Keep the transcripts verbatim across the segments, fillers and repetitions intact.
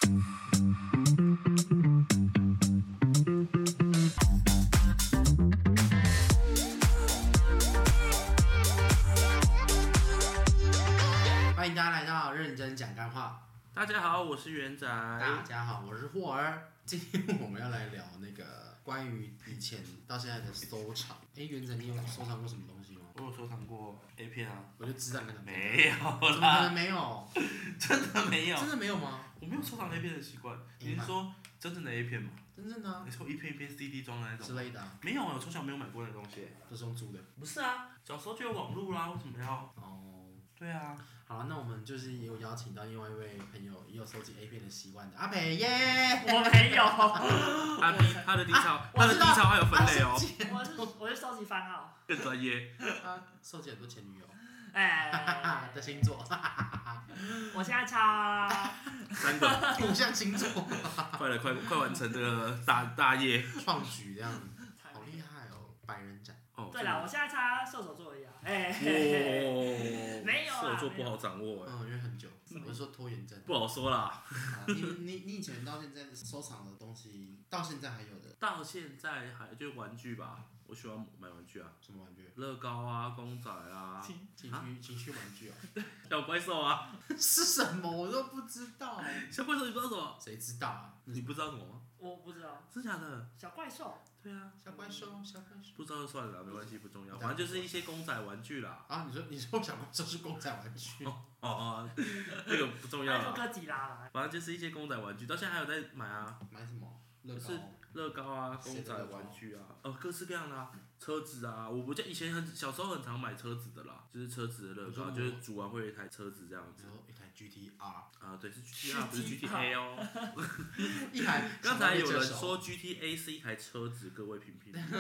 欢迎大家来到认真讲干话。 大家好，我是元仔。 大家好，我是霍儿。今天我们要来聊那个关于以前到现在的收藏。哎，元仔，你有收藏过什么东西吗？ 我有收藏过 A 片啊。 我就知道你在没有啦， 怎么可能没有？ 真的没有， 真的没有吗？ 我没有收藏 A 片的习惯。你是说真正的 A 片吗？ 真正的、啊。 你说一片一片 C D 装的那种之类的、啊。 没有啊，我从小没有买过那东西。 都是用租的。 不是啊，小时候就有网络啦，为什么要？ 哦。 对啊。 好，那我们就是也有邀请到另外一位朋友，也有收集 A 片的习惯的阿培耶。 我没有。 阿 B 他的 D 槽，他的 D 槽还有分类哦。 我是我是收集番号。 更专业。 他收集很多前女友。 哎。 的星座。 我现在差三个土象星座。 快了，快快完成这个大大业。 创举这样子，好厉害哦，百人斩。 哦。对了，我现在差射手座而已啊。哎。没有啊。 射手座不好掌握哎。 嗯，因为很久。我是说拖延症。 不好说啦。 你你你以前到现在收藏的东西，到现在还有的？ 到现在还就玩具吧，我喜欢买玩具啊。 什么玩具？ 乐高啊，公仔啊。 情情趣情趣玩具哦。 小怪兽啊。 是什么？我都不知道。 小怪兽你不知道什么？ 谁知道啊？ 你不知道什么吗？ 我不知道。 真假的？ 小怪兽。 对啊。 小怪兽，小怪兽。 不知道就算了啦，没关系，不重要。反正就是一些公仔玩具啦。 啊，你说你说小怪兽是公仔玩具？ 哦哦，这个不重要啦。 哥吉拉啦。 反正就是一些公仔玩具，到现在还有在买啊。 买什么？乐高。 是乐高啊，公仔玩具啊，哦，各式各样的啊，车子啊，我不记得以前很小时候很常买车子的啦，就是车子的乐高，就是组完会有一台车子这样子。 然后一台 G T R。 啊，对，是 G T R， 不是 G T A 哦。 一台。 刚才有人说 G T A 是一台车子，各位评评。G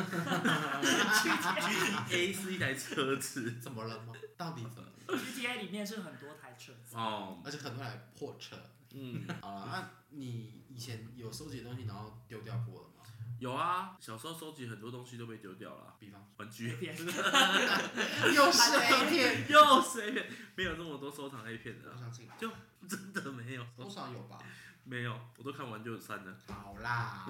T A 是一台车子， 怎么了吗？到底怎么了 ？G T A 里面是很多台车子。 哦。而且很多台破车。 嗯。 好了，那你以前有收集的东西，然后丢掉过了吗？ 有啊，小时候收集很多东西都被丢掉了， 比方玩具。 又是 A 片， 又是 A 片，没有那么多收藏 A 片的，就真的没有。 多少有吧？ 没有，我都看完就删了。 好啦。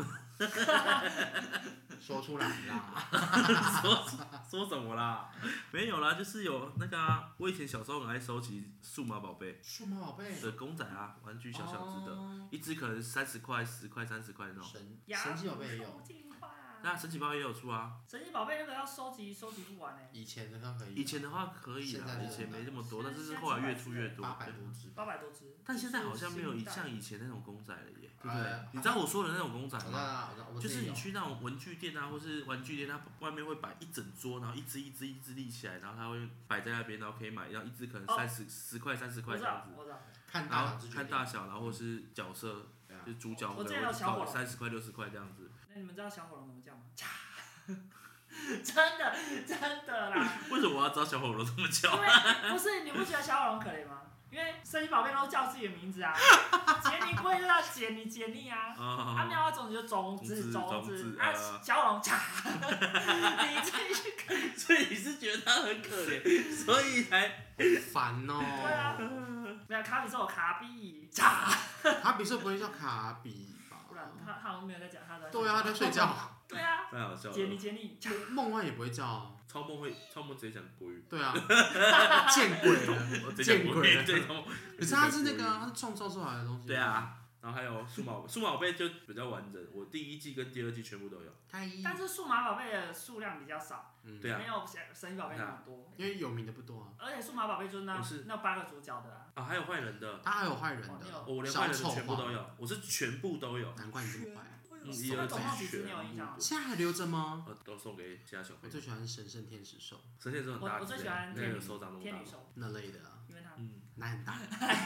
说出来啦。 说说什么啦？没有啦，就是有那个啊，我以前小时候很爱收集数码宝贝。 数码宝贝。 的公仔啊，玩具小小只的，哦、一只可能三十块、十块、三十块那种。 神神奇宝贝也有。 那神奇宝贝也有出啊。 神奇宝贝那个要收集收集不完哎、欸。 以前的话可以。 以前的话可以啦，以前没这么多，但是是后来越出越多。 八百多只。 八百多只。 但现在好像没有像以前那种公仔了耶，对不对？ 呃、 你知道我说的那种公仔吗？ 我就是你去那种文具店啊，或是玩具店，它外面会摆一整桌，然后一只一只一只立起来，然后它会摆在那边，然后可以买，然后一只可能三十十块三十块这样子。 看然后看大小，然后或是角色，就是主角或者三十块六十块这样子。 那你们知道小火龙怎么叫吗？真的真的啦！ 为什么我要知道小火龙怎么叫？ 因为不是你不觉得小火龙可怜吗？因为神奇宝贝都叫自己的名字啊，杰尼龟就叫杰尼杰尼啊，啊妙蛙种子就种子种子，啊小火龙嚓，你自己去看。 所以你是觉得他很可怜，所以才烦哦。 对啊，没有卡比是我卡比嚓， 卡比是不会叫卡比吧？ 不然他他好像没有在讲他在。 对啊，他在睡觉。 对啊， 太好笑了。 杰尼杰尼， 梦幻也不会叫啊。 超梦会，超梦直接讲国语。 对啊，见鬼了，见鬼了。 对， 可是他是那个他创造出来的东西。 对啊，然后还有数码数码宝贝就比较完整，我第一季跟第二季全部都有。 但是数码宝贝的数量比较少， 嗯， 对啊， 没有神奇宝贝那么多。 因为有名的不多啊。 而且数码宝贝就是那那八个主角的啊。 啊，还有坏人的。 他还有坏人的。 我连坏人的全部都有，我是全部都有。 难怪你这么坏。 嗯，一二三四你有印象吗？ 现在还留着吗？ 呃，都送给其他小朋友。 我最喜欢神圣天使兽。 神圣兽很大只， 我最喜欢那个手掌那么大。 天女兽那类的啊， 因为它嗯奶很大。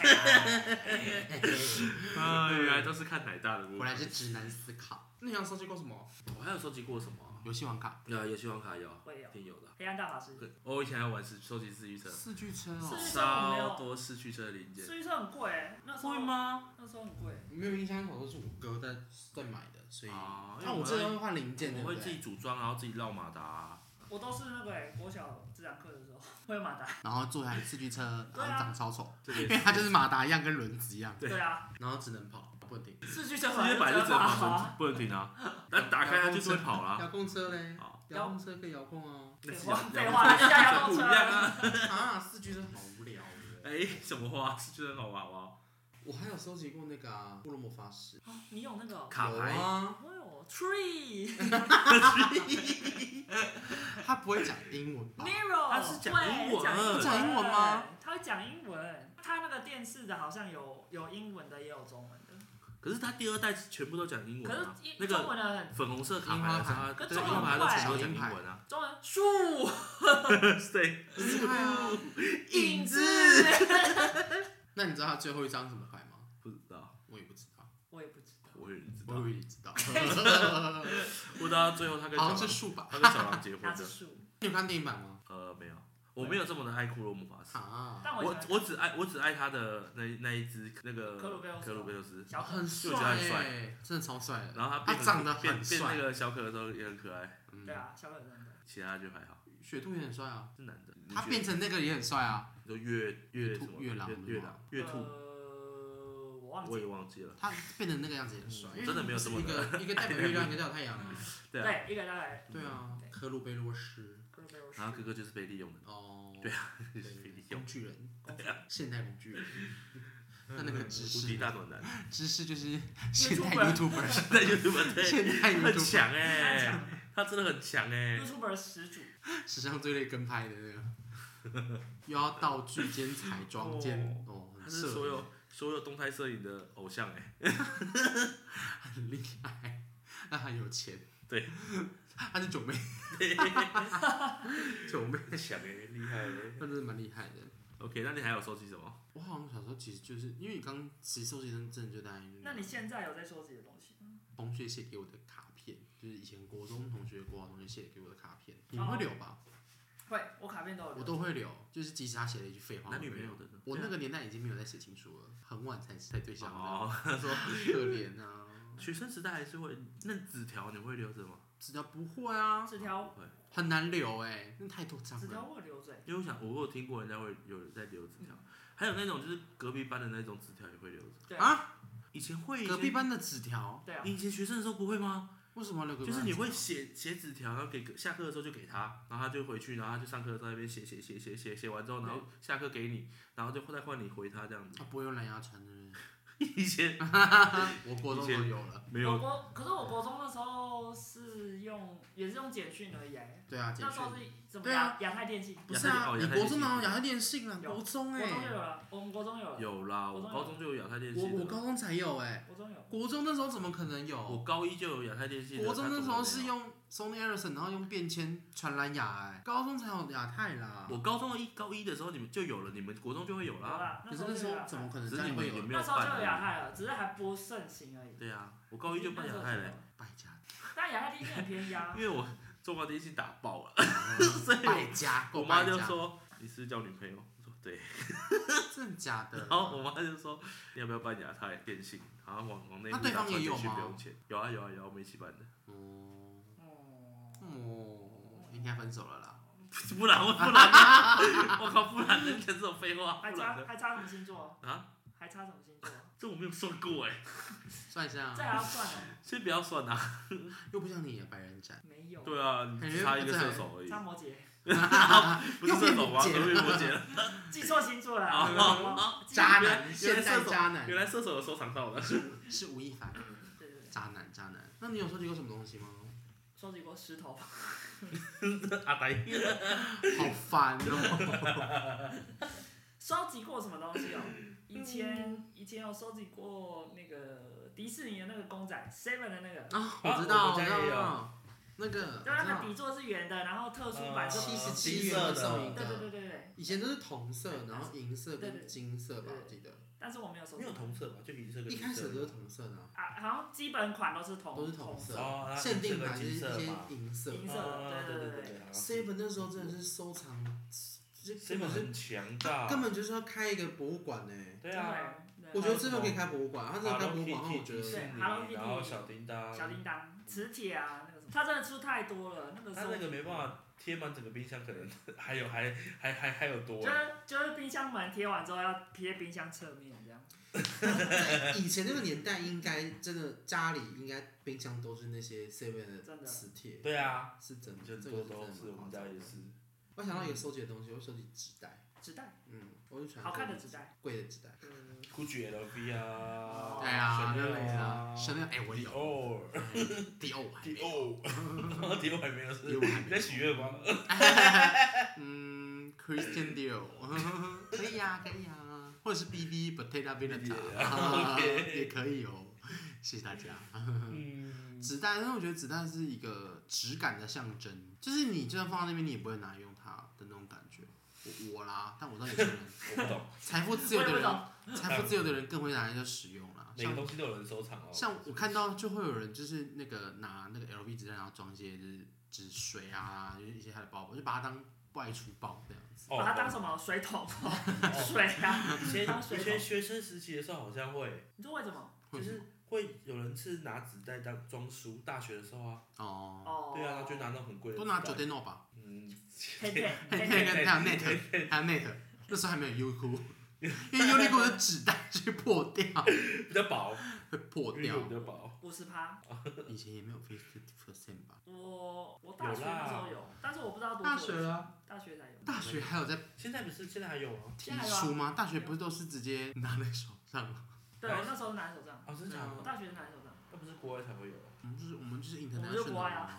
啊，原来都是看奶大的。 果然是直男思考。那你有收集过什么？ 我还有收集过什么？ 游戏王卡。 有游戏王卡有， 我也有， 一定有的。 黑暗大法师。 我以前还玩收集四驱车。 四驱车哦。 超多四驱车的零件。 四驱车很贵哎，那时候。 会吗？ 那时候很贵。 没有印象，好像是我哥在在买的，所以。 啊。 那我这都会换零件， 我会自己组装，然后自己绕马达。 我都是那个哎，国小自然课的时候会有马达。 然后做台四驱车，然后长超丑， 因为它就是马达一样，跟轮子一样。 对啊。 然后只能跑。 不能停？ 四驱车四驱版就只能保存，不能停啊。但打开它就是会跑啦。 遥控车嘞？遥控车可以遥控啊。 废话，那是遥控车啊。 啊，四驱车好无聊。 哎，什么话？四驱车好玩哇！ 我还有收集过那个啊，部落魔法使。 你有那个卡牌啊？ 我有 Tree。 他不会讲英文吧 ？Nero， 他是讲英文， 他讲英文吗？ 他会讲英文，他那个电视的好像有有英文的，也有中文的。 可是他第二代全部都讲英文啊。 可是中文的粉红色卡牌，他跟中文牌都全部讲英文啊。 中文树， 对， 影子。那你知道他最后一张什么牌吗？ 不知道， 我也不知道。 我也不知道。 我以为你知道。 我以为你知道。 不知道最后他跟好像是树吧？ 他跟小狼结婚的。 你有看电影版吗？ 呃，没有，我没有这么的爱库洛魔法使。 啊。 我我只爱我只爱他的那那一只那个科鲁贝科鲁贝洛斯， 很帅哎，真的超帅的。 然后他他长得很帅，变那个小可的时候也很可爱。 对啊，小可真的。 其他就还好。 雪兔也很帅啊， 是男的。 他变成那个也很帅啊。 你说月月什么？ 月狼月狼月兔。 呃，我忘记。 我也忘记了。 他变成那个样子也很帅。 真的没有这么一个一个代表月亮，一个代表太阳啊。 对啊。 对，一个代表。 对啊，科鲁贝洛斯。 然后哥哥就是被利用的。 哦。 对啊，就是被利用。 工具人。现代工具人。那那个知识。 无敌大暖男。 知识就是现代 YouTuber。 现代 YouTuber 对。 现代 YouTuber 很强哎，他真的很强哎。 YouTuber 始祖。 史上最累跟拍的那个。又要道具兼彩妆兼哦， 他是所有所有动态摄影的偶像哎。 很厉害，那很有钱。 对。 他是九妹。九妹强哎，厉害哎， 那真的蛮厉害的。 OK， 那你还有收集什么？ 我好像小时候其实就是因为你刚其实收集真正就在。 那你现在有在收集的东西吗？ 同学写给我的卡片，就是以前国中同学、国小同学写给我的卡片，你们会留吧？ 会，我卡片都有留。 我都会留，就是即使他写了一句废话， 男女朋友的。 我那个年代已经没有在写情书了，很晚才才对象的。 哦，他说可怜啊。 学生时代还是会，那纸条你会留着吗？ 纸条不会啊。 纸条很难留哎，那太多张了。 纸条我留着。 因为我想，我有听过人家会有在留纸条，还有那种就是隔壁班的那种纸条也会留着。 啊？ 以前会。 隔壁班的纸条？ 对啊。 你以前学生的时候不会吗？ 为什么要留隔壁班？就是你会写写纸条，然后给下课的时候就给他，然后他就回去，然后他就上课在那边写写写写写写完之后，然后下课给你，然后就再换你回他这样子。 他不会用蓝牙传的。 以前我国中都有了。 没有。 我国可是我国中那时候是用也是用简讯而已哎。 对啊，简讯。 那时候是怎么亚亚太电信？ 不是啊，你国中哪有亚太电信啊？国中哎。 国中就有了，我们国中有了。 有啦，我高中就有亚太电信。 我我高中才有哎。 国中有。 国中那时候怎么可能有？ 我高一就有亚太电信。 国中那时候是用 Sony Ericsson， 然后用便签传蓝牙哎。高中才有亚太啦。 我高中一高一的时候你们就有了，你们国中就会有啦。 可是那时候怎么可能？ 只是你们有没有办？ 那时候就有亚太了，只是还不盛行而已。 对啊，我高一就办亚太嘞。 败家。 但亚太电信很便宜啊。 因为我中华电信打爆了， 所以败家。 我妈就说：“你是交女朋友？”我说：“对。” 真的假的？ 然后我妈就说：“你要不要办亚太电信？然后往往内部打传简讯不用钱。”有啊有啊有啊，我们一起办的。 哦哦，应该分手了啦。 不然我不然呢？我靠，不然能讲这种废话？ 还差还差什么星座？ 啊？ 还差什么星座？ 这我没有算过哎。 算一下。 这还要算哦。 先不要算啊。 又不像你白人斩。 没有。 对啊，你差一个射手而已。 差摩羯。 不是射手吗？怎么变摩羯了？ 记错星座了。 渣男，现代渣男。 原来射手有收藏到的。 是吴亦凡。 对对对。 渣男，渣男。那你有收集过什么东西吗？ 收集过石头。 阿呆。 好烦哦。 收集过什么东西哦？以前以前有收集过那个迪士尼的那个公仔 ，Seven 的那个。 啊，我知道，我知道。那个。 对，那个底座是圆的，然后特殊版是七十七元的送一个。 对对对对对。 以前都是同色，然后银色跟金色吧，我记得。 但是我没有收集。 没有同色吧？就银色跟。 一开始都是同色的。 啊，好像基本款都是同。 都是同色。 哦。 限定版就是一些银色。 银色的，对对对对。 Seven 那时候真的是收藏。 Seven 很强大。 根本就是要开一个博物馆呢。 对啊。 我觉得真的可以开博物馆，他真的开博物馆，我觉得。 对 ，Hello Kitty，然后小叮当。 小叮当、磁铁啊，那个什么，他真的出太多了，那个。 他那个没办法贴满整个冰箱，可能还有还还还还有多。 就是就是冰箱门贴完之后要贴冰箱侧面这样。 以前那个年代，应该真的家里应该冰箱都是那些 seven 的磁铁。 对啊， 是真的， 就这个都是我们家也是。 我想到一个收集的东西，我收集纸袋。 纸袋。 嗯，我就喜欢好看的纸袋， 贵的纸袋。 嗯 Gucci L V 啊， 对啊， 那类的。Chanel 哎，我有。 哦。 Dior。 Dior。Dior 还没有是？你在许愿吗？ 嗯 ，Christian Dior。可以呀，可以呀。或者是 B V Bottega Veneta。也可以哦。谢谢大家。纸袋，因为我觉得纸袋是一个质感的象征，就是你就算放在那边，你也不会拿来用它的那种感觉。我我啦，但我知道有些人， 我不懂。 财富自由的人，财富自由的人更会拿来做使用啦。 每个东西都有人收藏哦。 像我看到就会有人就是那个拿那个 L V 纸袋，然后装一些就是纸水啊，就是一些他的包包，就把它当外出包这样子。 把它当什么水桶？水啊， 以前以前学生时期的时候好像会。 你说为什么？ 就是。会有人是拿纸袋当装书，大学的时候啊。 哦。 对啊，就拿那种很贵的。 都拿九 Deno 吧。 嗯。 嘿嘿嘿嘿，还有 Net， 还有 Net， 那时候还没有优酷，因为优酷的纸袋会破掉， 比较薄， 会破掉。 比较薄。 五十趴。 以前也没有 fifty percent 吧。 我我大学那时候有，但是我不知道多久。 大学了。 大学才有。 大学还有在？ 现在不是？现在还有吗？ 提出吗？大学不是都是直接拿在手上吗？ 对，我那时候是拿在手上。 哦，真的假的？ 我大学是拿在手上。 那不是国外才会有？ 我们就是我们就是 international。 我们就是国外啊。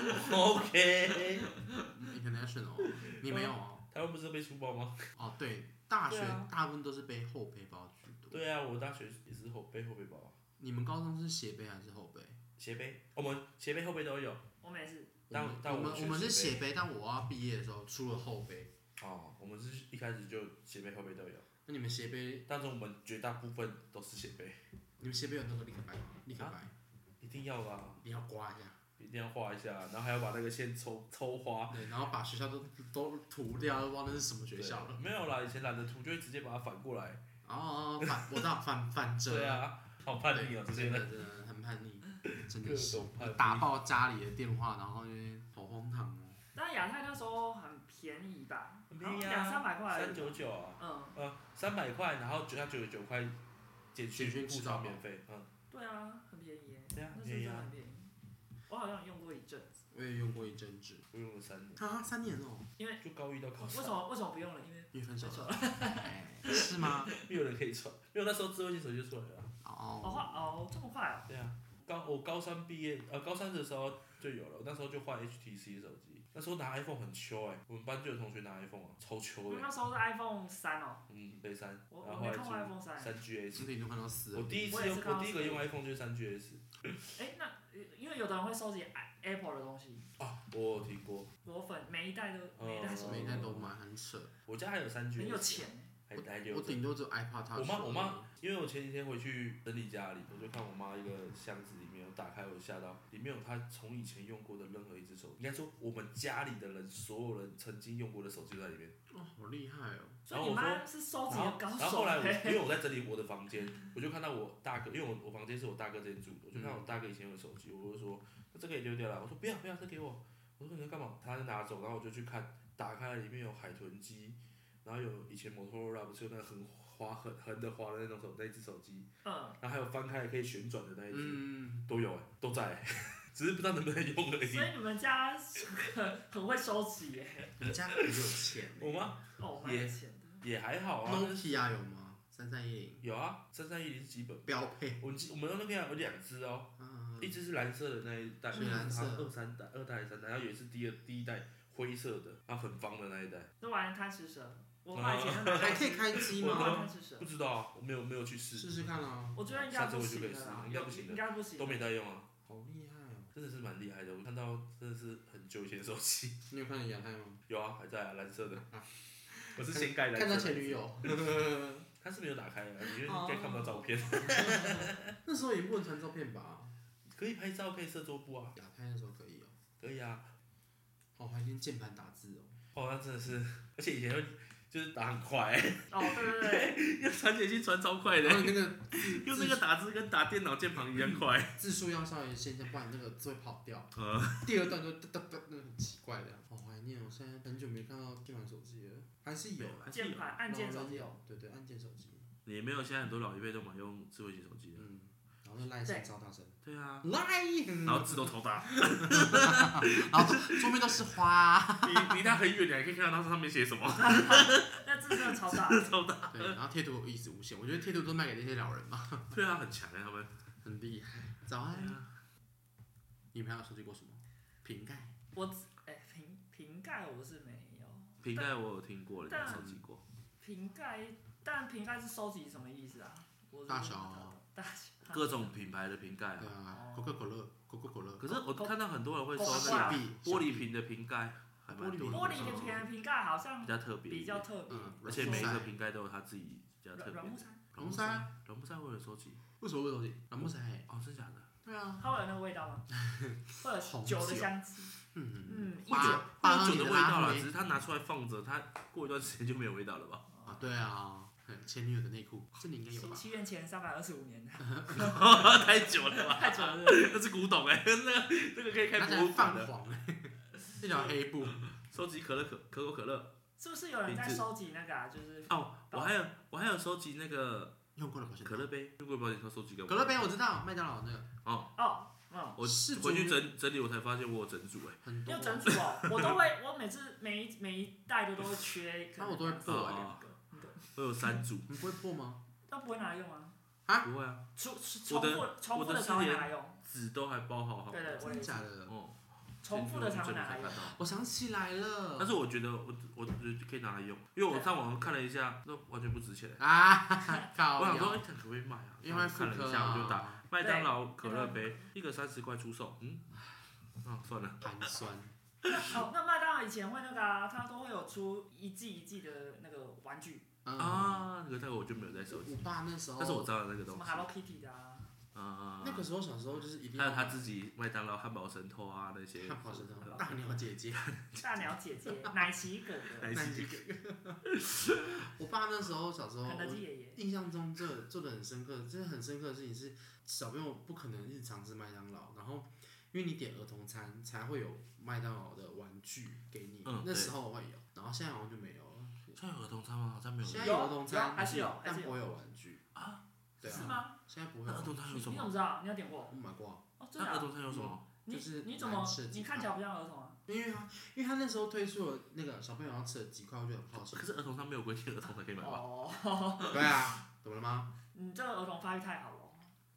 OK。 international， 你没有哦？ 台湾不是背书包吗？ 哦，对，大学大部分都是背后背包居多。 对啊，我大学也是后背后背包。 你们高中是斜背还是后背？ 斜背，我们斜背后背都有。 我们也是。 但但我们我们是斜背，但我要毕业的时候出了后背。 哦，我们是一开始就斜背后背都有。 那你们斜背？ 但是我们绝大部分都是斜背。 你们斜背有那个立可白吗？立可白。 一定要啦。 你要刮一下。 一定要画一下，然后还要把那个线抽抽花。 对，然后把学校都都涂掉，都不知道那是什么学校了。 没有啦，以前懒得涂，就会直接把它反过来。 哦哦，反我知道反反折。 对啊，好叛逆哦， 真的真的很叛逆，真的是打爆家里的电话，然后就好荒唐哦。 但亚太那时候很便宜吧？ 很便宜啊， 两三百块。 三九九啊。 嗯。 呃，三百块，然后九要九十九块，简讯护照免费，嗯。 对啊，很便宜耶。 对啊， 很便宜啊。我好像用过一阵子。 我也用过一阵子。 我用了三年。 啊，三年哦。 因为就高一到高三。 为什么为什么不用了？因为因为分手了。是吗？ 没有人可以传，因为那时候智慧型手机就出来了。 哦。 哦，这么快啊？ 对啊，高我高三毕业，呃，高三的时候就有了，那时候就换 H T C 手机。那时候拿 iPhone 很秋哎，我们班就有同学拿 iPhone 啊，超秋的。 那时候是 iPhone 三哦。 嗯，对三。 我我没看过 iPhone 三。 三 G S。 身体都看到死了。 我第一次用，我第一个用 iPhone 就是三 G S。 哎，那因为有的人会收集 Apple 的东西。 啊，我有听过。 果粉每一代都每一代手每一代都买，很扯。 我家还有三 G S。 很有钱。 还还留。 我顶多只有 iPad Touch。 我妈我妈，因为我前几天回去整理家里，我就看我妈一个箱子里面，我打开我吓到，里面有她从以前用过的任何一只手机，应该说我们家里的人所有人曾经用过的手机都在里面。 哦，好厉害哦！ 所以你妈是收集的高手。 然后后来我因为我在整理我的房间，我就看到我大哥，因为我我房间是我大哥这边住的，我就看到我大哥以前用的手机，我就说那这个也丢掉了，我说不要不要，这给我，我说你要干嘛？他就拿走，然后我就去看，打开里面有海豚机，然后有以前摩托罗拉不是有那个横滑横横的滑的那种手那一只手机， 嗯， 然后还有翻开可以旋转的那一只， 嗯， 都有哎、欸，都在、欸，只是不知道能不能用而已。 所以你们家很很会收集耶、欸。 你们家很有钱、欸。 我吗？ 哦，蛮有钱的。 也还好啊。 Nokia 有吗？三三一零。 有啊，三三一零是基本标配。 我我们 Nokia 有两只哦，嗯、一只是蓝色的那一代， 水蓝色， 二三代、二代还是三代，然后有一次第二第一代灰色的，然后很方的那一代。 那玩意贪吃蛇。我买以前还可以开机吗？ 不知道啊，我没有没有去试。 试试看啊。 我觉得应该不行的应该不行的。 应该不行。 都没在用啊。 好厉害哦！ 真的是蛮厉害的，我看到真的是很久以前的手机。 你有看到亚太吗？ 有啊，还在啊，蓝色的。我是先盖蓝色的。 看到前女友。 他是没有打开啊，你应该看不到照片。 那时候也不能传照片吧？ 可以拍照，可以设桌布啊。 亚太那时候可以哦。 可以啊。 好怀念键盘打字哦。 哦，那真的是，而且以前会。就是打很快、欸， 哦对对对， 用传简讯传超快的， 然后那个用那个打字跟打电脑键盘一样快， 字数要稍微先，不然那个字会跑掉。嗯、第二段就哒哒哒，那个很奇怪的。好怀念，我现在很久没看到键盘手机了，还是有， 键盘按键手机有， 对对，按键手机。 也没有现在很多老一辈都买用智慧型手机的。 嗯，然后那赖声超大声。 对啊。 赖。 然后字都超大。 然后桌面都是花。 离离它很远，你还可以看到它上面写什么。 那字真的超大。 超大。 对，然后贴图一直无限，我觉得贴图都卖给那些老人嘛。 对啊，很强哎，他们很厉害。早安。你们还有收集过什么？瓶盖。 我哎瓶瓶盖我是没有。 瓶盖我有听过，但收集过。 瓶盖，但瓶盖是收集什么意思啊？ 大小啊。 大小。 各种品牌的瓶盖啊。 对啊，可口可乐，可口可乐。 可是我看到很多人会收那个玻璃瓶的瓶盖，还蛮多的。 玻璃的瓶瓶盖好像比较特别， 比较特别， 而且每一个瓶盖都有它自己比较特别。 软木塞。 软木塞。 软木塞我有收集。 为什么会收集？软木塞。 哦，真假的？ 对啊。 它会有那个味道吗？会有酒的香气。 嗯嗯。 会有酒的味道啦，只是它拿出来放着，它过一段时间就没有味道了吧？ 啊，对啊。前女友的内裤，这你应该有吧？ 七元前三百二十五年的。 太久了吧？ 太久了。 那是古董哎，那个那个可以开博物馆的。 泛黄哎，一条黑布。 收集可乐可可口可乐。 是不是有人在收集那个啊？就是哦，我还有我还有收集那个用过的保险可乐杯，用过的保险套收集个。 可乐杯我知道，麦当劳那个。 哦哦，嗯。 我回去整整理，我才发现我有整组哎。 很多。 有整组哦，我都会，我每次每一每一袋的都会缺。 那我都会破两个。 我有三组。 你不会破吗？ 都不会拿来用啊。 啊？不会啊。 重重复重复的才会拿来用。 纸都还包好好。 对对， 真的假的？ 哦。 重复的才会拿来用。 我想起来了。 但是我觉得我我觉得可以拿来用，因为我上网上看了一下，那完全不值钱。 啊！ 我想说，哎，可不可以买啊？ 因为看了一下，我就打麦当劳可乐杯，一个三十块出售。嗯。啊，算了。 寒酸。 哦，那麦当劳以前会那个啊，它都会有出一季一季的那个玩具。 啊，那个那个我就没有在收集。 我爸那时候。 但是我知道那个东西。 什么 Hello Kitty 的啊。 啊。 那个时候小时候就是一定。 还有他自己麦当劳汉堡神偷啊那些。 汉堡神偷。大鸟姐姐。 大鸟姐姐，奶昔哥哥。 奶昔哥哥。我爸那时候小时候， 肯德基爷爷。 印象中这做的很深刻，真的很深刻的事情是，小朋友不可能一直常吃麦当劳，然后因为你点儿童餐才会有麦当劳的玩具给你， 嗯、 那时候会有，然后现在好像就没有了。 现在有儿童餐吗？好像没有。 现在有儿童餐， 还是有， 但不会有玩具啊？ 对啊。 是吗？ 现在不会。 儿童餐有什么？ 你怎么知道？你有点过？ 我买过。 哦，真的。 那儿童餐有什么？ 就是你怎么？你看起来不像儿童啊。 因为他，因为他那时候推出了那个小朋友要吃的几块，我就很好奇。 可是儿童餐没有规定儿童才可以买吧？ 哦。 对啊，怎么了吗？ 你这个儿童发育太好了。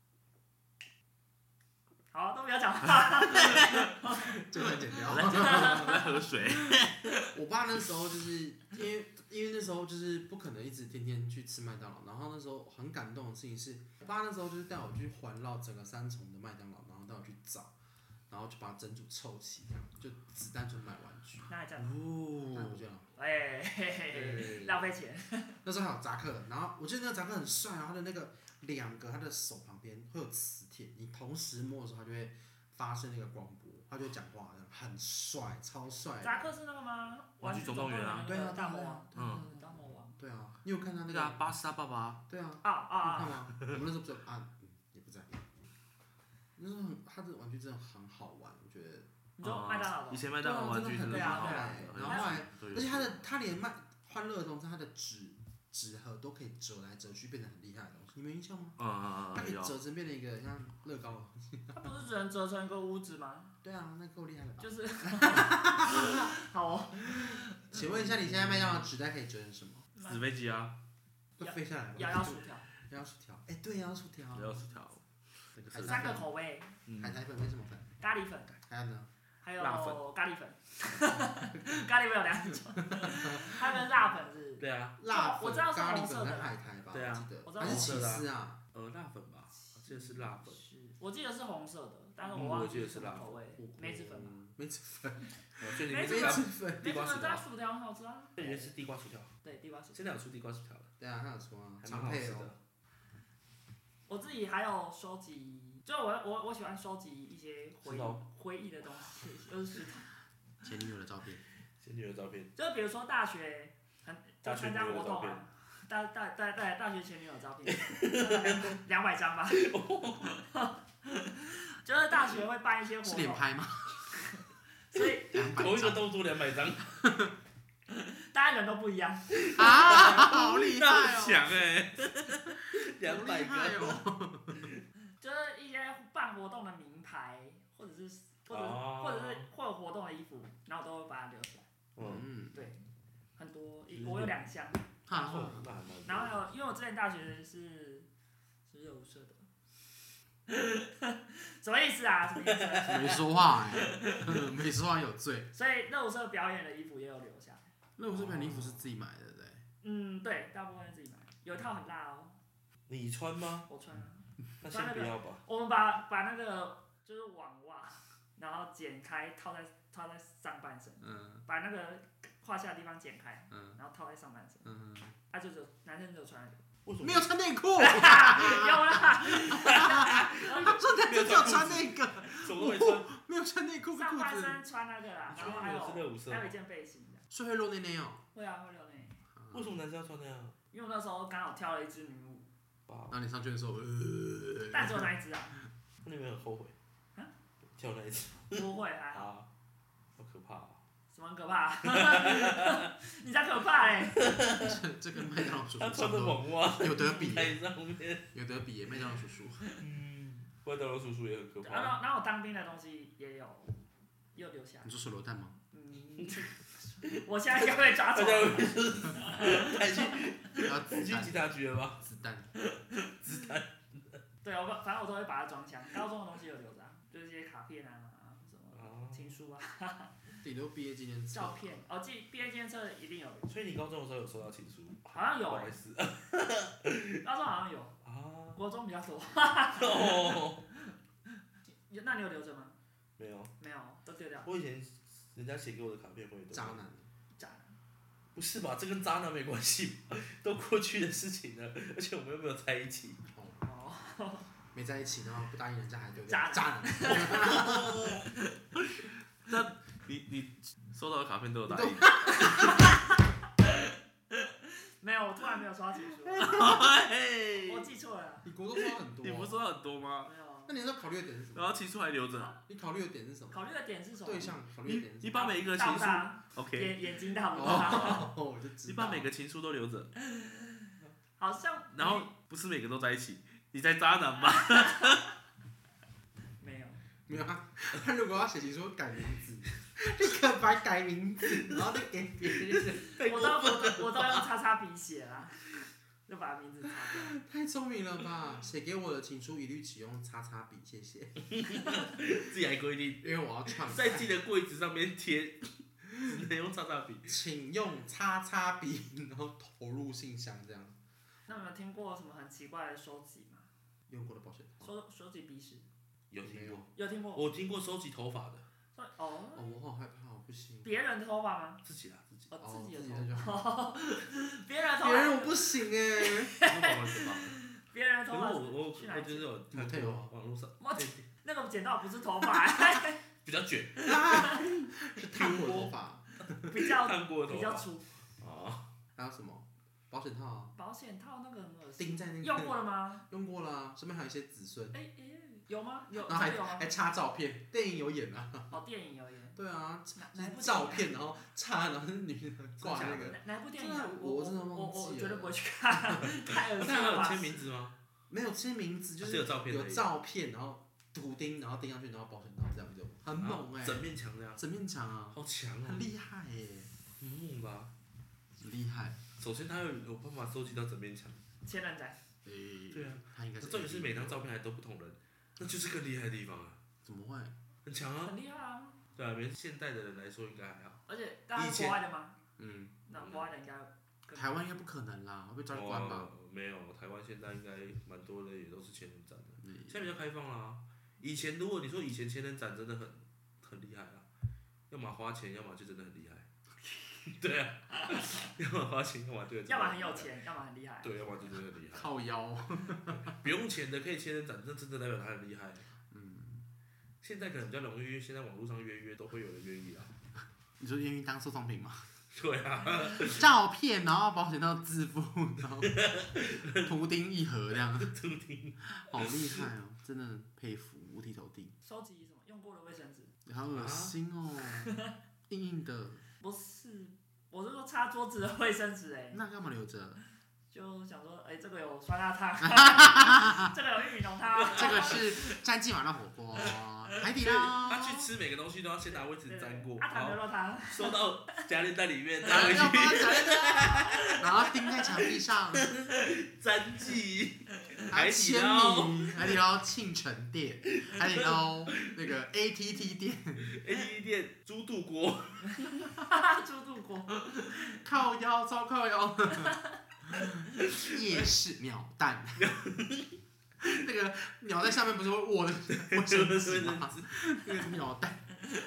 好，都不要讲话。 这段剪掉。 我在喝水。 我爸那时候就是因为因为那时候就是不可能一直天天去吃麦当劳，然后那时候很感动的事情是，我爸那时候就是带我去环绕整个三重的麦当劳，然后带我去找，然后就把整组凑齐，这样就只单纯买玩具。 那还这样？ 哦，那不这样。 哎，嘿嘿，浪费钱。 那时候还有扎克，然后我记得那个扎克很帅啊，他的那个两个他的手旁边会有磁铁，你同时摸的时候，他就会发生那个光波，他就会讲话，很帅，超帅。 扎克是那个吗？ 玩具总动员啊， 对啊，大魔王， 嗯， 大魔王。 对啊，你有看他那个巴斯他爸爸？ 对啊。 啊啊啊！ 你看吗？我们那时候不是啊，也不在。那时候他的玩具真的很好玩，我觉得。 你说麦当劳的？ 以前麦当劳玩具真的很好玩的， 然后后来，而且他的他连麦欢乐的东西，他的纸纸盒都可以折来折去，变成很厉害的东西，你没印象吗？ 嗯嗯嗯， 它可以折成变成一个像乐高的东西。 它不是只能折成一个屋子吗？ 对啊，那够厉害了吧？ 就是。好哦。 请问一下，你现在麦当劳纸袋可以折成什么？ 纸飞机啊。 会飞下来。 摇摇薯条。 摇摇薯条，哎，对，摇摇薯条。 摇摇薯条。 三个口味。 海苔粉跟什么粉？ 咖喱粉。 还有呢？ 还有咖喱粉。咖喱粉有两种。它跟辣粉是。 对啊。 辣粉、 咖喱粉跟海苔吧。 对啊。 还是起司啊？ 呃，辣粉吧。我记得是辣粉。 我记得是红色的，但是我忘记是什么口味。梅子粉吗？ 梅子粉。 梅子粉。 地瓜薯条。薯条很好吃啊。 这里面是地瓜薯条。 对，地瓜薯条。 现在有出地瓜薯条了。 对啊，它有出啊， 还蛮好吃的。 我自己还有收集，就我我我喜欢收集一些回回忆的东西，就是石头。 前女友的照片。 前女友的照片。 就比如说大学，很就参加活动啊，大大大大大学前女友照片，两百张吧。就是大学会办一些活动。 是连拍吗？ 所以同一个动作两百张。 大概人都不一样。 啊，好厉害哦！ 强哎，两百个哦。 就是一些办活动的名牌，或者是或者是、哦、或者是会有活动的衣服，然后我都会把它留下来。嗯，对，很多，我有两箱。然后，然后还有，因为我之前大学是是热舞社的。什么意思啊？什么意思？ 没说话哎、欸，没说话有罪。 所以热舞社表演的衣服也有留下来。 热舞社表演的衣服是自己买的，对？ 嗯，对，大部分是自己买，有一套很辣哦。 你穿吗？ 我穿啊。 那先不要吧。 我们把把那个就是网袜，然后剪开套在套在上半身，嗯，把那个胯下的地方剪开，嗯，然后套在上半身，嗯，啊就只有男生只有穿那个。 没有穿内裤，有啦。 他说他就只有穿那个， 什么都没穿， 没有穿内裤裤子。 上半身穿那个啦，然后还有还有一件背心的。 所以会露内内哦。 会啊，会露内。 为什么男生要穿那样？ 因为我那时候刚好跳了一支女舞。 然后你上去的时候，呃。 但只有那一支啊。 那你没有很后悔？啊？跳那一支？ 不会，还好。 好可怕啊！ 什么很可怕？你才可怕哎、欸！ 这这跟麦当劳叔叔差不多，有得比，有得比麦当劳叔叔。 嗯，麦当劳叔叔也很可怕。 然后，然后我当兵的东西也有，也有留下。 你说手榴弹吗？ 嗯，我现在应该被抓走了。 还去，你去警察局了吗？ 子弹， 子弹。 对，我反正我都会把它装箱。高中的东西有留着，就是一些卡片啊，什么情书啊。 顶多毕业纪念册。 照片哦，记毕业纪念册一定有。 所以你高中的时候有收到情书？ 好像有、欸。 不好意思。 高中好像有。 啊。 国中比较多。 哦。 那你有留着吗？ 没有。 没有，都丢掉。 我以前人家写给我的卡片会有。 渣男。 渣男。 不是吧？这跟渣男没关系，都过去的事情了，而且我们又没有在一起。 哦。 没在一起，然后不答应人家还丢掉。 渣男。 那你你收到的卡片都有答应？ 没有，我突然没有收到情书。我记错了。 你国中收到很多。 你不是收到很多吗？ 没有。 那你那时候考虑的点是什么？ 然后情书还留着。 你考虑的点是什么？ 考虑的点是什么？ 对象考虑的点是什么？ 你把每一个情书 ，OK。 眼眼睛大不大？ 哦，我就知道。 你把每个情书都留着。 好像。 然后不是每个都在一起，你才渣男吧？ 没有。 没有啊，他如果要写情书改名字，立刻把改名字，然后再给别人。 我都我都我都用叉叉笔写啦，就把名字擦掉。 太聪明了吧！写给我的情书一律启用叉叉笔，谢谢。 自己还规定， 因为我要创在自己的柜子上面贴，只能用叉叉笔。 请用叉叉笔，然后投入信箱这样。 那有没有听过什么很奇怪的收集吗？ 用过的保险套。 收收集鼻屎。 有听过。 有听过。 我听过收集头发的。 哦。 哦，我好害怕，我不行。 别人的头发吗？ 自己啦，自己。 哦，自己的头发。 别人的头发。 别人我不行哎。 别人的头发。 我我我就是有看过网络上。 那个剪到不是头发。 比较卷。 是烫过头发。 比较烫过头发。 比较粗。 哦。还有什么？保险套啊。 保险套那个很恶心。 钉在那个。 用过了吗？ 用过了，上面还有一些子孙。 哎哎，有吗？有。 然后还有吗？ 还插照片，电影有演啊。 哦，电影有演。 对啊，照片然后插，然后是女的挂那个。 哪部电影？ 我真的忘我我记了。 绝对不会去看，太恶心了。 那有签名字吗？ 没有签名字，就是有照片， 有照片，然后图钉，然后钉上去，然后保险套这样就很猛哎。 整面墙这样。 整面墙啊。 好强啊！ 很厉害耶。 很猛吧？ 很厉害。 首先他有有办法收集到整面墙。 千人斩。 对啊。 他应该是。 重点是每张照片还都不同人，那就是更厉害的地方啊。 怎么会？ 很强啊。 很厉害啊。 对啊，连现代的人来说应该还好。 而且，大家是国外的吗？ 嗯。 那国外的应该。 台湾应该不可能啦，会被抓去关吧？ 没有，台湾现在应该蛮多的，也都是千人斩的。现在比较开放啦。以前如果你说以前千人斩真的很很厉害啊，要么花钱，要么就真的很厉害。对啊，要么花钱，要么对。 要么很有钱，要么很厉害。 对，要么就真的很厉害。 靠腰。 不用钱的可以千人斩，那真的代表他很厉害。嗯。现在可能比较容易，因为现在网络上约约都会有人愿意啊。 你说愿意当收藏品吗？ 对啊。 照片，然后保险套自付，然后图钉一盒这样。 图钉。 好厉害哦，真的佩服，五体投地。 收集什么用过的卫生纸？ 好恶心哦，硬硬的。 不是， 我是说擦桌子的卫生纸哎。 那干嘛留着？ 就想说，哎、欸，这个有酸辣汤，这个有玉米浓汤， 这个是詹记麻辣火锅，海底捞。 他去吃每个东西都要先拿卫生纸沾过， 阿糖牛肉汤， 收到夹链袋里面， 再回去，然后钉在墙壁上， 詹记， 海底捞，海底捞庆城店，海底捞那个 A T T 店 ，A T T 店猪肚锅， 猪肚锅， 靠腰超靠腰。夜市鸟蛋，那个鸟在下面不是会握的卫生纸吗？那个鸟蛋，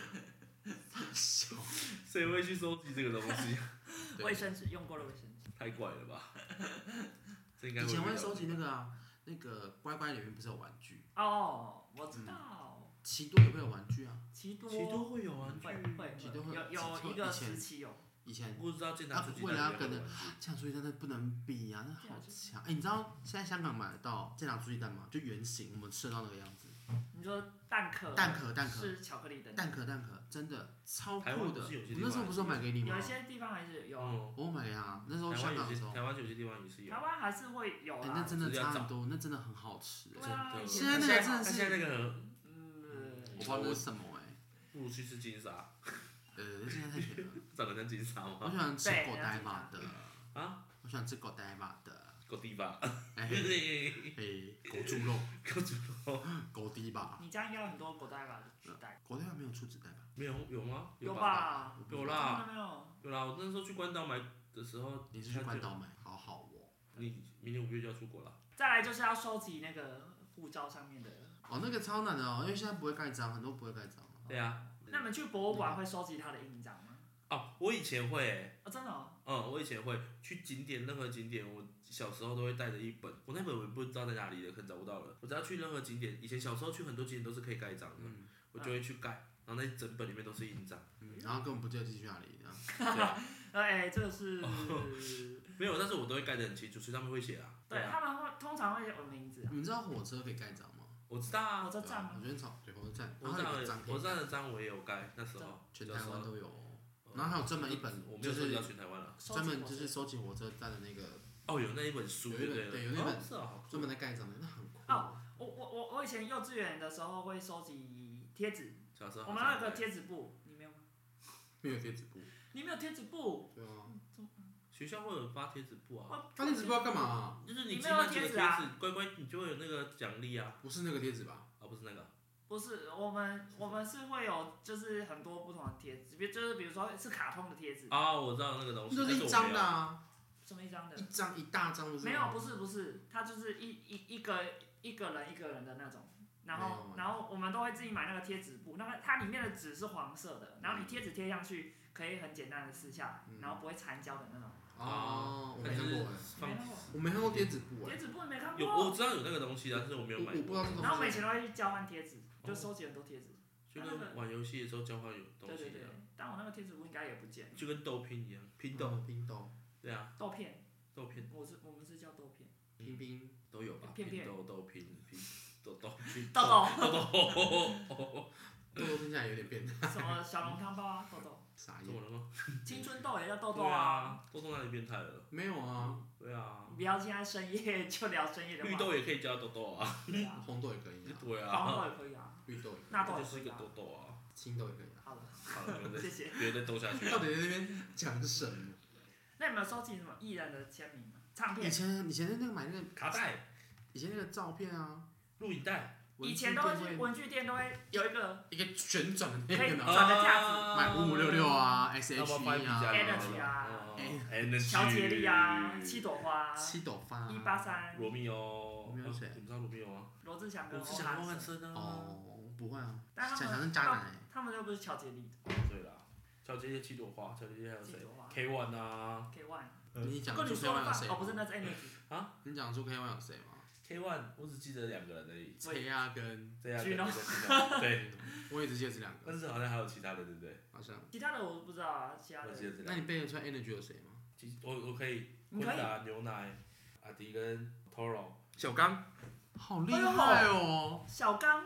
谁会去收集这个东西？ 卫生纸用过的卫生纸， 太怪了吧？ 以前会收集那个啊，那个乖乖里面不是有玩具？ 哦，我知道。 奇多也会有玩具啊。 奇多。 奇多会有玩具。 会会有有一个时期有。 以前不知道健达出为了要跟着健达出鸡蛋，那不能比啊，那好强！哎、欸，你知道现在香港买得到健达出鸡蛋吗？就圆形，我们吃到那个样子。 你说蛋壳？ 蛋壳，蛋壳是巧克力的。 蛋壳，蛋壳，真的超酷的。 我那时候不是有买给你吗？ 有一些地方还是有。 嗯、我买给他，那时候香港的时候。 台湾有些地方也是有。 台湾还是会有啊。 哎、欸，那真的差很多，那真的很好吃。 对啊。 现在那个真的是。 现在那个， 嗯， 我不知道那是什么哎、欸。 不如去吃金沙。 呃，现在太甜了。 长得像金沙吗？ 我喜欢吃狗呆吧的。 啊？ 我喜欢吃狗呆吧的。 狗迪吧。 哎，狗猪肉。 狗猪肉。 狗迪吧。 你家应该有很多狗呆吧的纸袋。 狗呆吧没有出纸袋吧？ 没有，有吗？ 有吧？ 有啦。 没有。 有啦，我那时候去关岛买的时候。 你是去关岛买？好好哦。 你明年五月就要出国了。 再来就是要收集那个护照上面的。 哦，那个超难的哦，因为现在不会盖章，很多不会盖章。 对啊。 那你们去博物馆会收集它的印章吗？ 哦，我以前会、欸。 哦，真的、哦。 嗯，我以前会去景点，任何景点，我小时候都会带着一本。我那本我也不知道在哪里了，可能找不到了。我只要去任何景点，以前小时候去很多景点都是可以盖章的，嗯、我就会去盖，然后那整本里面都是印章。 嗯，然后根本不记得自己去哪里，这样。 对啊。哎，这个是。 没有，但是我都会盖得很清楚，所以他们会写啊。 对，他们会通常会有名字、啊。 你们知道火车可以盖章吗？ 我知道啊。 火车站吗？ 我觉得超对火车站， 火车站火车站的章我也有盖，那时候全台湾都有。然后还有专门一本， 我没有收集到全台湾了。 专门就是收集火车站的那个。 哦，有那一本书， 对对对，有那本是啊， 专门在盖章的，那很酷。 哦，我我我我以前幼稚园的时候会收集贴纸。 小时候。 我们那个贴纸布，你没有吗？ 没有贴纸布。 你没有贴纸布？ 对啊。 学校会有发贴纸布啊。 发贴纸布要干嘛？ 就是你集满几个贴纸，乖乖你就会有那个奖励啊。 不是那个贴纸吧？ 啊，不是那个。 不是，我们我们是会有就是很多不同的贴纸，比如就是比如说是卡通的贴纸。 啊，我知道那个东西。 就是一张的啊。 什么一张的？ 一张一大张不是？ 没有，不是不是，它就是一一一个一个人一个人的那种。然后然后我们都会自己买那个贴纸布，那个它里面的纸是黄色的，然后你贴纸贴上去可以很简单的撕下来，然后不会残胶的那种。 哦，我没看过哎。 我没看过贴纸布哎。 贴纸布你没看过？ 有，我知道有那个东西，但是我没有买。 我不知道这种。 然后我们以前都会去交换贴纸，就收集很多贴纸。 就跟玩游戏的时候交换有东西。 对对对。但我那个贴纸布应该也不见。 就跟豆拼一样，拼豆。 拼豆。 对啊。 豆片。 豆片。 我是我们是叫豆片。 拼拼都有吧？ 片片。 豆豆拼拼豆豆拼。 豆豆。 豆豆。 豆豆听起来有点变态。 什么小笼汤包啊，豆豆。 傻眼。 怎么了吗？ 青春痘也叫豆豆啊。豆豆哪里变态了？ 没有啊。 对啊。 不要现在深夜就聊深夜的话。 绿豆也可以叫豆豆啊。 对啊。 红豆也可以啊。 对啊。 黄豆也可以啊。 绿豆也可以。 纳豆也是一个豆豆啊。 青豆也可以啊。 好了。 好了， 谢谢。 别再兜下去。 到底在那边讲什么？ 那有没有收集什么艺人的签名？唱片？ 以前以前那个买那个卡带。 以前那个照片啊。 录影带。 以前都会去文具店都会有一个一个旋转的那个，可以转的架子， 买五五六六啊 ，S H E 啊 ，Energy 啊， 乔杰利啊，七朵花， 七朵花， 一八三， 罗密欧， 罗密欧谁？ 你知道罗密欧吗？ 罗志祥跟罗志祥欧汉生啊。 哦，不会啊， 但想想是渣男。 他们又不是乔杰利。 对啦，乔杰利七朵花，乔杰利还有谁 ？K One 啊 ，K One。 你讲出 K One 有谁？ 哦，不是，那是 Energy。 啊？ 你讲出 K One 有谁吗 ？K One 我只记得两个人而已， 崔亚跟崔亚跟对， 我也只记得这两个， 但是好像还有其他的，对不对？ 好像。 其他的我不知道啊，其他的。 那你背得出来 Energy 有谁吗？ 我我可以，昆达牛奶，阿迪跟 Toro， 小刚，好厉害哦！ 小刚，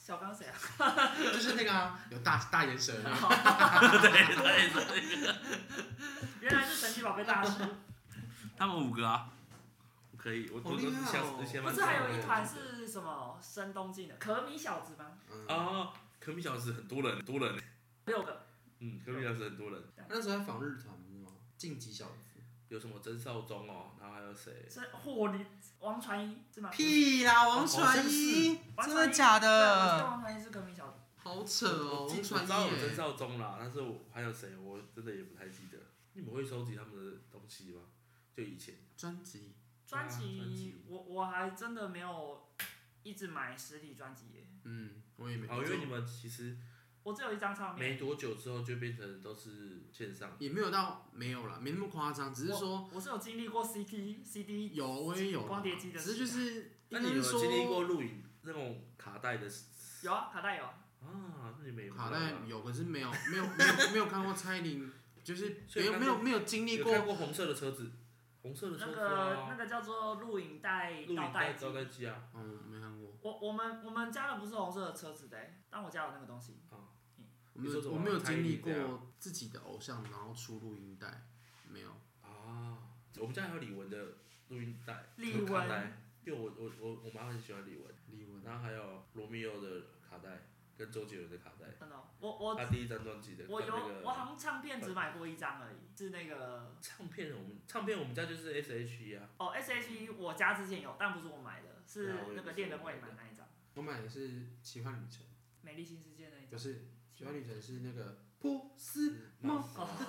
小刚谁啊？ 就是那个啊，有大大眼神的。 对，大眼神那个。 原来是神奇宝贝大师。 他们五个啊。可以，我我都想先。 不是还有一团是什么声东进的可米小子吗？ 哦，可米小子很多人，很多人。 六个。 嗯，可米小子很多人。 那时候在访日团不是吗？晋级小子。 有什么曾少宗哦，然后还有谁？ 是嚯，你王传一是吗？ 屁啦，王传一，真的假的？ 王传一是可米小子。 好扯哦，王传一。 我知道有曾少宗啦，但是我还有谁，我真的也不太记得。你们会收集他们的东西吗？就以前。 专辑。 专辑，我我还真的没有一直买实体专辑耶。 嗯，我也没。 哦，因为你们其实我只有一张唱片。 没多久之后就变成都是线上。 也没有到没有啦，没那么夸张，只是说。 我是有经历过 C D C D。 有，我也有。 光碟机的。 只是就是， 那你有经历过录影那种卡带的？ 有啊，卡带有。 啊，那你没有。 卡带有，可是没有没有没有没有看过蔡依林，就是没有没有没有经历过。 有看过红色的车子。红色的车子、啊、 那个那个叫做录影带倒带机。倒带机啊。 嗯，没看过。 我我们我们家的不是红色的车子的、欸，但我家有那个东西。 啊。我没有我没有经历过自己的偶像然后出录音带，没有。 啊。我们家还有李玟的录音带。 李玟。 因为我我我我妈很喜欢李玟。 李玟。 然后还有罗密欧的卡带。跟周杰伦的卡带， 真的、哦，我我他第一张专辑的， 我有、那个，我好像唱片只买过一张而已，是那个唱片，我们唱片我们家就是 S H E 啊。 哦 ，S H E 我家之前有，但不是我买的，是那个恋人未满那一张。 我买的是奇幻旅程。 美丽新世界那一张。 不是，奇幻旅程是那个波斯猫。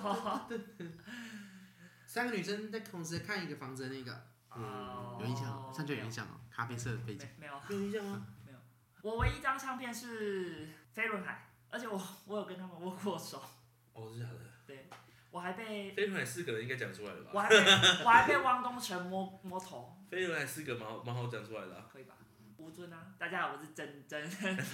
三个女生在同时看一个房子的那个，嗯，有印象，上就有印象哦，咖啡色的背景。 没有。 有印象吗？ 我唯一一张唱片是飞轮海，而且我我有跟他们握过手。 哦，是假的。 对，我还被飞轮海四个人应该讲出来了吧？ 我还被我还被汪东城摸摸头。 飞轮海四个蛮蛮好讲出来的、啊。 可以吧？吴尊啊，大家好，我是真真。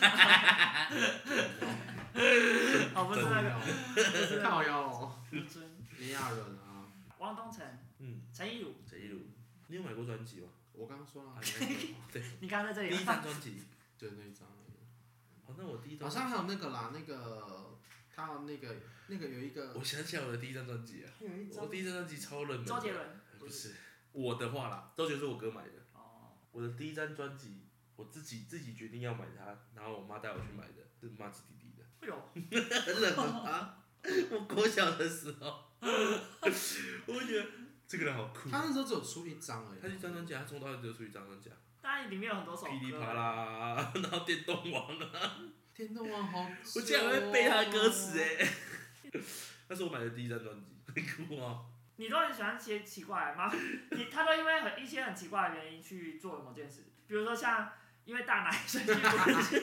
哦，不是那个，不是靠腰哦。 吴尊。 炎亚纶啊。 汪东城。嗯。陈亦儒。 陈亦儒，你有买过专辑吗？ 我刚刚说了。 对。 你刚刚在这里。 第一张专辑。 就那一张而已。 哦，那我第一张。 好像还有那个啦，那个他那个那个有一个。 我想起来我的第一张专辑啊。我第一张专辑超冷门。 周杰伦。 不是。我的话啦，周杰伦是我哥买的。哦。我的第一张专辑，我自己自己决定要买它，然后我妈带我去买的，是马吉弟弟的。 哎呦。 很冷门啊！我国小的时候，我觉得这个人好酷。 他那时候只有出一张而已。 他一张专辑，他从头到尾只有出一张专辑。 当然里面有很多首歌。 噼里啪啦，然后电动王啊。 电动王好、哦。 我竟然会背他的歌词哎！那是我买的第一张专辑，很酷哦。 你都很喜欢些奇怪吗？你他都因为很一些很奇怪的原因去做某件事，比如说像因为大奶生气关系。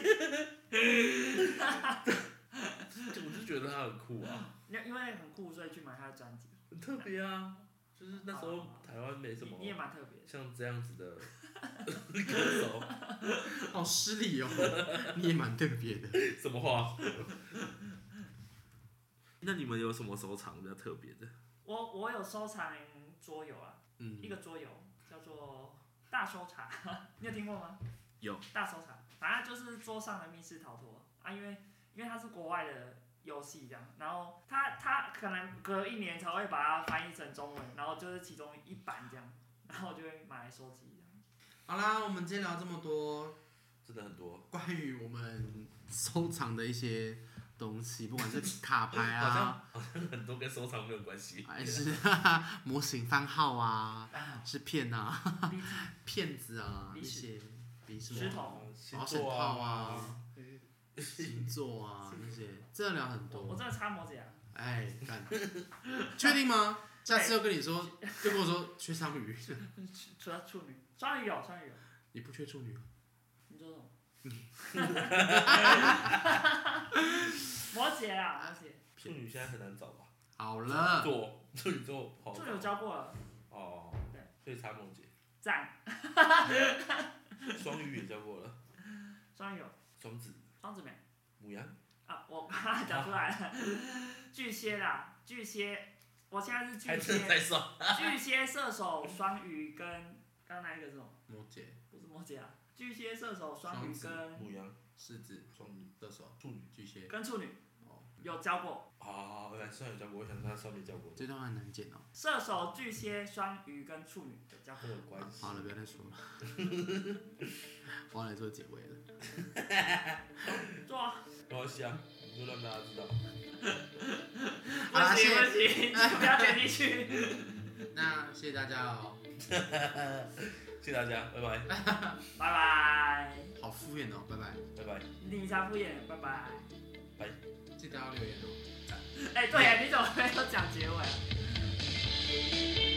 我就觉得他很酷啊。 因为很酷，所以去买他的专辑。 很特别啊，就是那时候台湾没什么。 你也蛮特别。 像这样子的歌手。 好失礼哦，你也蛮特别的。 什么话？那你们有什么收藏比较特别的？ 我我有收藏桌游啊，嗯、一个桌游叫做大搜查，你有听过吗？ 有。 大搜查，反正就是桌上的密室逃脱啊，因为因为它是国外的游戏这样，然后它它可能隔一年才会把它翻译成中文，然后就是其中一版这样，然后我就会买来收集这样。 好啦，我们今天聊这么多， 真的很多关于我们收藏的一些东西，不管是卡牌啊， 好像好像很多跟收藏没有关系， 还是模型番号啊，是片啊，骗子啊，一些比什么保险套啊，星座啊那些，真的聊很多。 我真的插摩羯啊。 哎，干，确定吗？下次要跟你说，就跟我说缺双鱼。 除了处女，双鱼有，双鱼有。 你不缺处女？ 你说什么？摩羯啊，摩羯。 处女现在很难找吧？ 好了。 座，处女座好。 处女有教过了。 哦。对。所以插摩羯。 赞。 双鱼也教过了。 双鱼有。 双子。 双子没。 牡羊。 啊，我刚刚讲出来了。巨蟹啦，巨蟹。我现在是巨蟹。巨蟹、射手、双鱼跟刚刚那一个是什么？ 摩羯。 不是摩羯啊，巨蟹、射手、双鱼跟牡羊。 狮子、 双鱼、 射手、 处女、 巨蟹， 跟处女。有教过。 啊，原来虽然有教过，我想他上面教过。 这段很难剪哦。 射手、巨蟹、双鱼跟处女有教过。 有关系。 好了，不要再说了。忘了做结尾了。 做啊。 没关系啊，就让大家知道。 不行不行，不要点进去。 那谢谢大家哦。 谢谢大家，拜拜。 拜拜。 好敷衍哦，拜拜。 拜拜。 你才敷衍，拜拜。 拜。 记得要留言哦。 哎、欸，对呀，你怎么没有讲结尾？